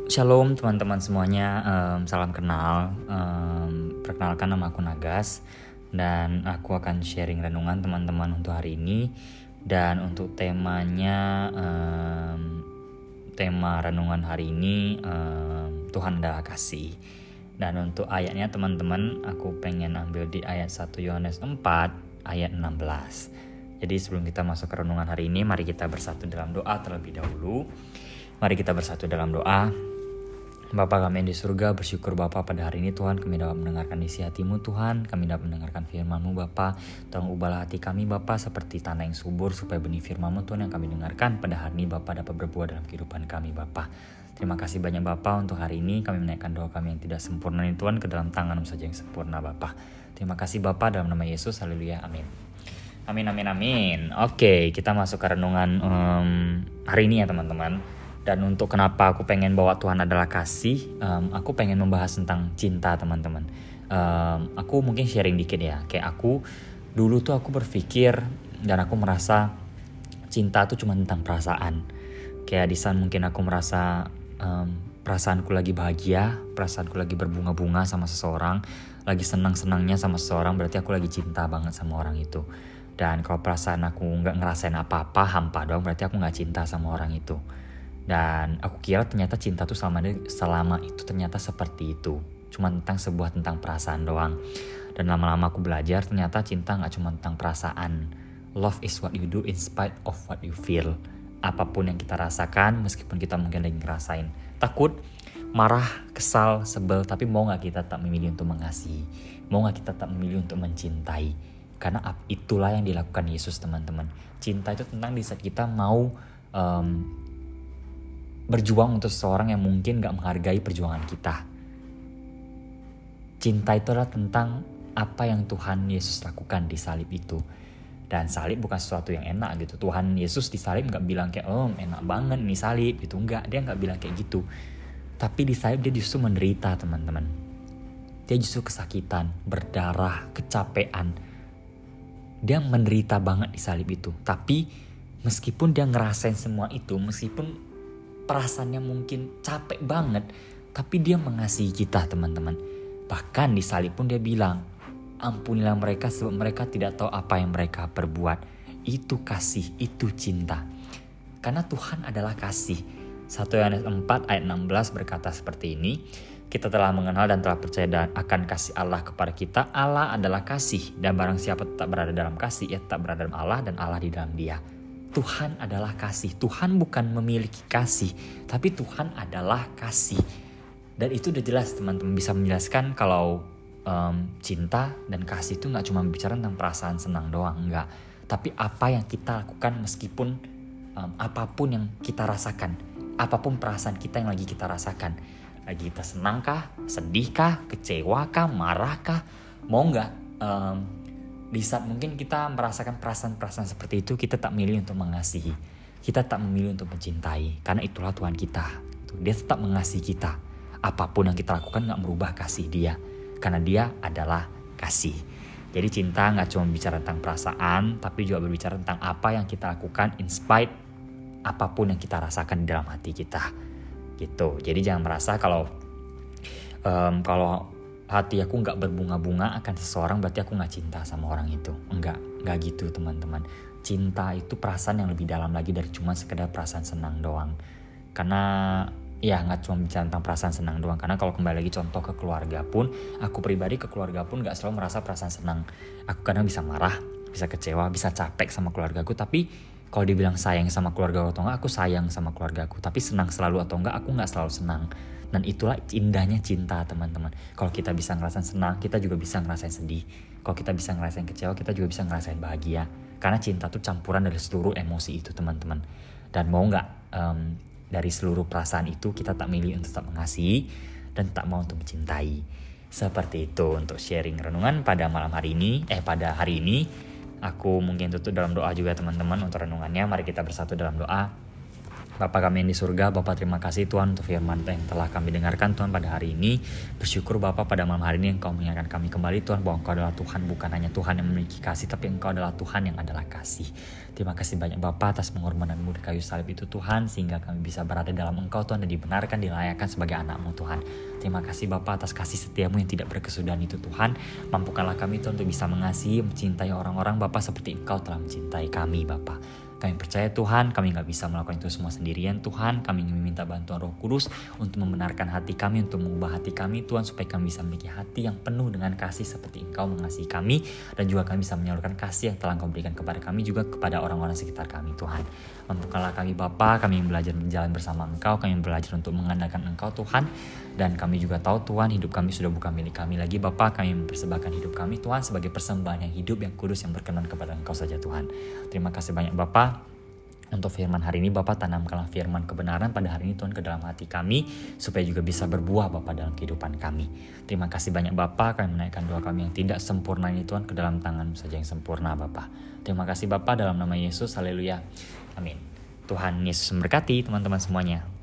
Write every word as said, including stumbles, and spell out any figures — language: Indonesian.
Shalom teman-teman semuanya, um, salam kenal. Um, perkenalkan, nama aku Nagas dan aku akan sharing renungan teman-teman untuk hari ini. Dan untuk temanya, um, tema renungan hari ini um, Tuhan adalah kasih. Dan untuk ayatnya teman-teman, aku pengen ambil di ayat satu Yohanes empat ayat enam belas. Jadi sebelum kita masuk ke renungan hari ini, mari kita bersatu dalam doa terlebih dahulu. Mari kita bersatu dalam doa. Bapa kami yang di surga, bersyukur Bapa pada hari ini Tuhan kami dapat mendengarkan isi hati-Mu Tuhan. Kami dapat mendengarkan firman-Mu Bapa. Tolong ubahlah hati kami Bapa seperti tanah yang subur, supaya benih firman-Mu Tuhan yang kami dengarkan pada hari ini Bapa dapat berbuah dalam kehidupan kami Bapa. Terima kasih banyak Bapa untuk hari ini. Kami menaikkan doa kami yang tidak sempurna ini Tuhan ke dalam tangan-Mu saja yang sempurna Bapa. Terima kasih Bapa, dalam nama Yesus, haleluya, amin. Amin, amin, amin. Oke, kita masuk ke renungan um, hari ini ya teman-teman. Dan untuk kenapa aku pengen bawa Tuhan adalah kasih, um, aku pengen membahas tentang cinta teman-teman. Um, aku mungkin sharing dikit ya, kayak aku dulu tuh aku berpikir dan aku merasa cinta tuh cuma tentang perasaan. Kayak di saat mungkin aku merasa um, perasaanku lagi bahagia, perasaanku lagi berbunga-bunga sama seseorang, lagi senang-senangnya sama seseorang, berarti aku lagi cinta banget sama orang itu. Dan kalau perasaan aku nggak ngerasain apa-apa, hampa doang, berarti aku nggak cinta sama orang itu. Dan aku kira ternyata cinta tuh selama, selama itu ternyata seperti itu. Cuma tentang sebuah tentang perasaan doang. Dan lama-lama aku belajar ternyata cinta gak cuma tentang perasaan. Love is what you do in spite of what you feel. Apapun yang kita rasakan, meskipun kita mungkin lagi ngerasain takut, marah, kesal, sebel, tapi mau gak kita tak memilih untuk mengasihi. Mau gak kita tak memilih untuk mencintai. Karena itulah yang dilakukan Yesus teman-teman. Cinta itu tentang di saat kita mau um, berjuang untuk seseorang yang mungkin gak menghargai perjuangan kita. Cinta itu adalah tentang apa yang Tuhan Yesus lakukan di salib itu. Dan salib bukan sesuatu yang enak gitu. Tuhan Yesus di salib gak bilang kayak, oh enak banget nih salib gitu. Enggak, dia gak bilang kayak gitu. Tapi di salib dia justru menderita teman-teman. Dia justru kesakitan, berdarah, kecapean. Dia menderita banget di salib itu. Tapi meskipun dia ngerasain semua itu, meskipun perasaannya mungkin capek banget, tapi dia mengasihi kita teman-teman. Bahkan di salib pun dia bilang, ampunilah mereka sebab mereka tidak tahu apa yang mereka perbuat. Itu kasih, itu cinta. Karena Tuhan adalah kasih. satu Yohanes empat ayat enam belas berkata seperti ini, kita telah mengenal dan telah percaya dan akan kasih Allah kepada kita. Allah adalah kasih, dan barang siapa tetap berada dalam kasih, ia tetap berada dalam Allah dan Allah di dalam dia. Tuhan adalah kasih. Tuhan bukan memiliki kasih, tapi Tuhan adalah kasih. Dan itu udah jelas teman-teman, bisa menjelaskan kalau um, cinta dan kasih itu gak cuma bicara tentang perasaan senang doang, enggak. Tapi apa yang kita lakukan meskipun um, apapun yang kita rasakan, apapun perasaan kita yang lagi kita rasakan. Lagi kita senangkah, sedihkah, kecewakah, marahkah, mau gak um, di saat mungkin kita merasakan perasaan-perasaan seperti itu, kita tak memilih untuk mengasihi. Kita tak memilih untuk mencintai. Karena itulah Tuhan kita. Dia tetap mengasihi kita. Apapun yang kita lakukan gak merubah kasih dia. Karena dia adalah kasih. Jadi cinta gak cuma bicara tentang perasaan, tapi juga berbicara tentang apa yang kita lakukan in spite apapun yang kita rasakan di dalam hati kita. Gitu. Jadi jangan merasa kalau um, kalau hati aku gak berbunga-bunga akan seseorang berarti aku gak cinta sama orang itu. Enggak, gak gitu teman-teman. Cinta itu perasaan yang lebih dalam lagi dari cuma sekedar perasaan senang doang. Karena ya gak cuma bicara tentang perasaan senang doang. Karena kalau kembali lagi contoh ke keluarga pun, aku pribadi ke keluarga pun gak selalu merasa perasaan senang. Aku kadang bisa marah, bisa kecewa, bisa capek sama keluargaku. Tapi kalau dibilang sayang sama keluarga atau enggak, aku sayang sama keluargaku. Tapi senang selalu atau enggak, aku gak selalu senang. Dan itulah indahnya cinta teman-teman. Kalau kita bisa ngerasain senang, kita juga bisa ngerasain sedih. Kalau kita bisa ngerasain kecewa, kita juga bisa ngerasain bahagia. Karena cinta tuh campuran dari seluruh emosi itu teman-teman. Dan mau gak um, dari seluruh perasaan itu, kita tak milih untuk tetap mengasihi dan tak mau untuk mencintai. Seperti itu untuk sharing renungan pada malam hari ini. Eh pada hari ini Aku mungkin tutup dalam doa juga teman-teman untuk renungannya. Mari kita bersatu dalam doa. Bapa kami yang di surga, Bapa terima kasih Tuhan untuk firman yang telah kami dengarkan Tuhan pada hari ini. Bersyukur Bapa pada malam hari ini Engkau mengingatkan kami kembali Tuhan bahwa Engkau adalah Tuhan, bukan hanya Tuhan yang memiliki kasih, tapi Engkau adalah Tuhan yang adalah kasih. Terima kasih banyak Bapa atas pengorbanan-Mu di kayu salib itu Tuhan, sehingga kami bisa berada dalam Engkau Tuhan dan dibenarkan, dilayakkan sebagai anak-Mu Tuhan. Terima kasih Bapa atas kasih setia-Mu yang tidak berkesudahan itu Tuhan. Mampukanlah kami Tuhan untuk bisa mengasihi, mencintai orang-orang Bapa seperti Engkau telah mencintai kami Bapa. Kami percaya Tuhan, kami gak bisa melakukan itu semua sendirian Tuhan. Kami ingin meminta bantuan Roh Kudus untuk membenarkan hati kami, untuk mengubah hati kami Tuhan, supaya kami bisa memiliki hati yang penuh dengan kasih seperti Engkau mengasihi kami. Dan juga kami bisa menyalurkan kasih yang telah Engkau berikan kepada kami, juga kepada orang-orang sekitar kami Tuhan. Mampukanlah kami Bapa, kami yang belajar berjalan bersama Engkau, kami yang belajar untuk mengandalkan Engkau Tuhan. Dan kami juga tahu Tuhan, hidup kami sudah bukan milik kami lagi Bapa. Kami mempersembahkan hidup kami Tuhan sebagai persembahan yang hidup, yang kudus, yang berkenan kepada Engkau saja Tuhan. Terima kasih banyak Bapa untuk firman hari ini. Bapa, tanamkanlah firman kebenaran pada hari ini Tuhan ke dalam hati kami, supaya juga bisa berbuah Bapa dalam kehidupan kami. Terima kasih banyak Bapa, kami menaikkan doa kami yang tidak sempurna ini Tuhan ke dalam tangan saja yang sempurna Bapa. Terima kasih Bapa, dalam nama Yesus, haleluya, amin. Tuhan Yesus memberkati teman-teman semuanya.